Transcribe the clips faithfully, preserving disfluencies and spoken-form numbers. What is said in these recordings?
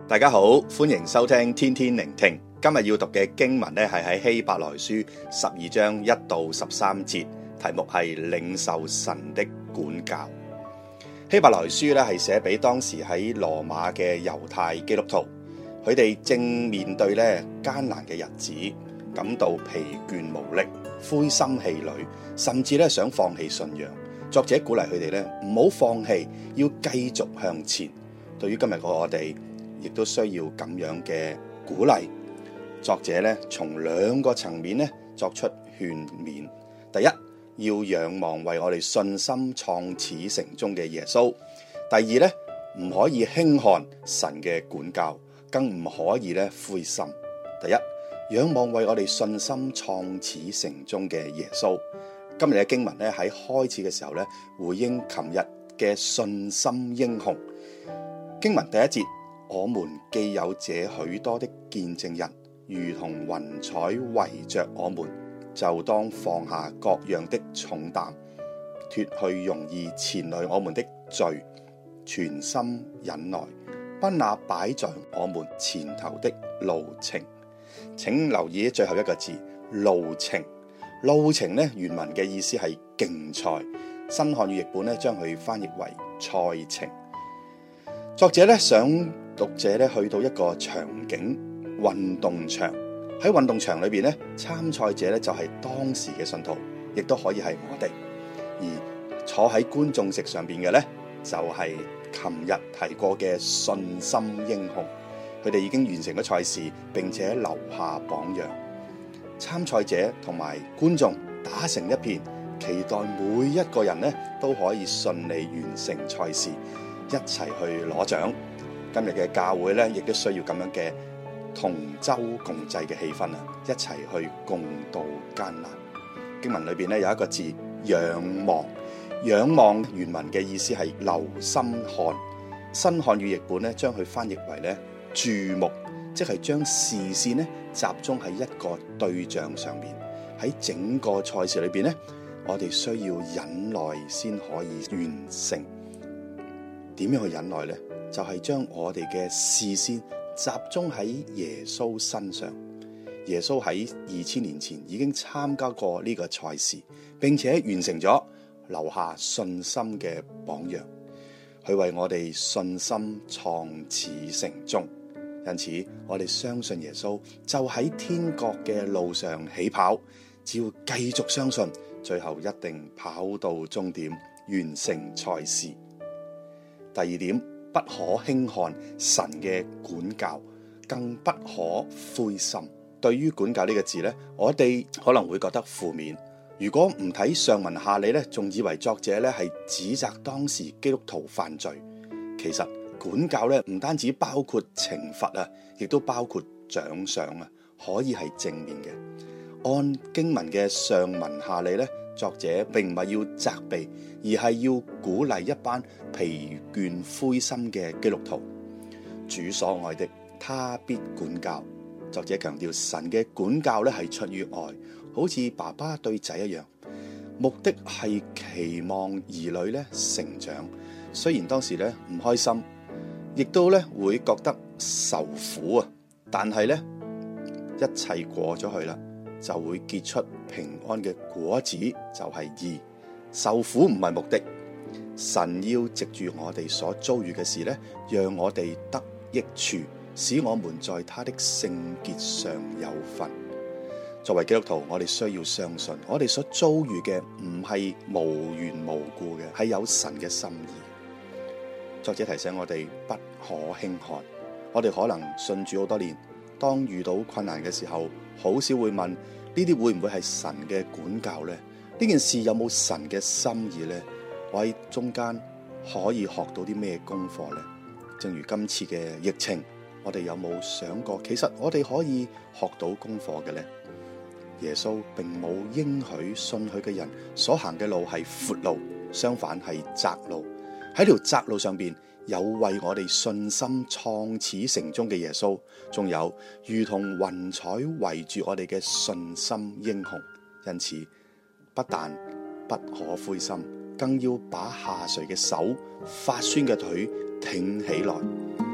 大家好，歡迎收聽天天聆聽。今日要讀嘅經文呢，係喺希伯來書十二章一到十三節，題目係領受神的管教。希伯來書呢係寫俾當時喺羅馬嘅猶太基督徒，佢哋正面對呢艱難嘅日子，感到疲倦無力、灰心氣餒，甚至呢想放棄信仰。作者鼓勵佢哋呢唔好放棄，要繼續向前。對於今日嘅我哋，亦都需要咁樣嘅鼓勵。作者咧從兩個層面咧作出勸勉。第一，要仰望為我哋信心創始成終嘅耶穌。第二咧，唔可以輕看神嘅管教，更唔可以咧灰心。第一，仰望為我哋信心創始成終嘅耶穌。今日嘅經文咧喺開始嘅時候咧回應琴日嘅信心英雄。經文第一節，我們既有這許多的見證人，如同雲彩圍着我們，就當放下各樣的重擔，脫去容易纏累我們的罪，全心忍耐，不那擺在我們前頭的路程。請留意最後一個字，路程。路程呢，原文嘅意思係競賽，新漢語譯本呢將佢翻譯為賽程。作者呢想讀者咧去到一個場景，運動場。喺運動場裏邊咧，參賽者咧就係當時嘅信徒，亦都可以係我哋。而坐喺觀眾席上邊嘅咧，就係琴日提過嘅信心英雄。佢哋已經完成咗賽事，並且留下榜樣。參賽者同埋觀眾打成一片，期待每一個人咧都可以順利完成賽事，一齊去攞獎。今日嘅教會咧，亦都需要咁樣嘅同舟共濟嘅氣氛啊！一齊去共度艱難。經文裏邊咧有一個字仰望，仰望原文嘅意思係留心看。新漢語譯本咧將佢翻譯為咧注目，即係將視線咧集中喺一個對象上面。喺整個賽事裏邊咧，我哋需要忍耐先可以完成。點樣去忍耐呢？就係將我哋嘅視線集中喺耶穌身上。耶穌喺二千年前已經參加過呢個賽事，並且完成咗，留下信心嘅榜樣。佢為我哋信心創始成終，因此我哋相信耶穌就喺天國嘅路上起跑，只要繼續相信，最後一定跑到終點，完成賽事。第二點，不可輕看神嘅管教，更不可灰心。對於管教呢個字呢，我哋可能會覺得負面。如果唔睇上文下理呢，仲以為作者呢係指責當時基督徒犯罪。其實管教呢唔單止包括懲罰啊，亦都包括獎賞啊，可以係正面嘅。按經文嘅上文下理呢，作者並唔係要責備，而係要鼓勵一班疲倦灰心嘅基督徒。主所愛的，他必管教。作者強調神嘅管教咧係出於愛，好似爸爸對仔一樣，目的係期望兒女咧成長。雖然當時咧唔開心，亦都咧會覺得受苦啊，但係咧一切過咗去啦，就會結出平安嘅果子，就係義。受苦唔係目的，神要藉住我哋所遭遇嘅事咧，讓我哋得益處，使我們在他的聖潔上有份。作為基督徒，我哋需要相信，我哋所遭遇嘅唔係無緣無故嘅，係有神嘅心意。作者提醒我哋不可輕看。我哋可能信主好多年，當遇到困難嘅時候，好少會問呢啲會唔會係神嘅管教呢？呢件事有冇神嘅心意呢？我喺中間可以學到啲咩功課呢？正如今次嘅疫情，我哋有冇想過，其實我哋可以學到功課嘅呢？耶穌並冇應許信佢嘅人所行嘅路係闊路，相反係窄路。喺條窄路上邊，有為我哋信心創始成終嘅耶穌，仲有如同雲彩圍住我哋嘅信心英雄。因此，不但不可灰心，更要把下垂嘅手、發酸嘅腿挺起來，從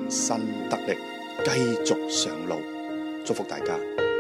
身得力，繼續上路。祝福大家。